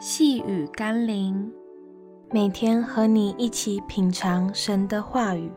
细雨甘霖，每天和你一起品尝神的话语，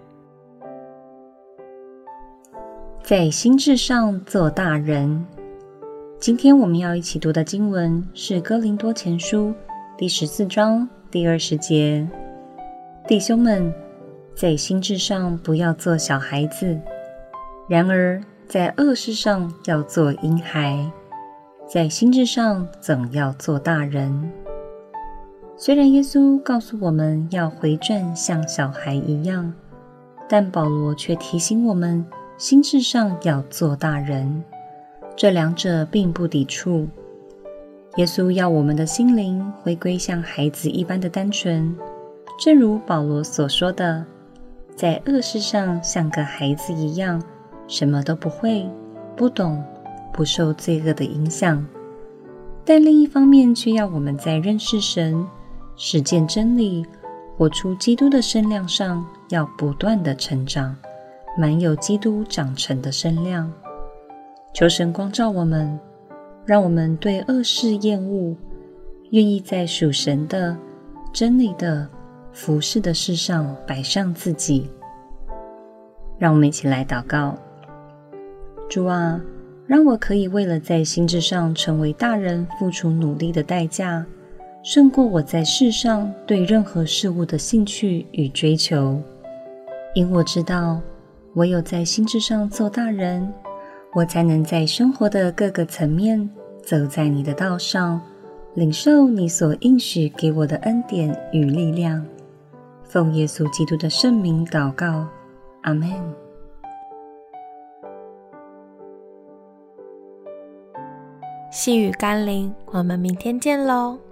在心志上做大人。今天我们要一起读的经文是哥林多前书第14章第20节。弟兄们，在心志上不要做小孩子，然而在恶事上要做婴孩，在心志上总要做大人。虽然耶稣告诉我们要回转像小孩一样，但保罗却提醒我们心志上要做大人，这两者并不抵触。耶稣要我们的心灵回归像孩子一般的单纯，正如保罗所说的，在恶事上像个孩子一样，什么都不会、不懂、不受罪恶的影响。但另一方面却要我们在认识神、实践真理、活出基督的身量上要不断的成长，满有基督长成的身量。求神光照我们，让我们对恶事厌恶，愿意在属神的、真理的、服事的事上摆上自己。让我们一起来祷告。主啊，让我可以为了在心志上成为大人付出努力的代价，胜过我在世上对任何事物的兴趣与追求。因我知道，唯有在心志上做大人，我才能在生活的各个层面走在你的道上，领受你所应许给我的恩典与力量。奉耶稣基督的圣名祷告，阿们。 细雨甘霖，我们明天见咯。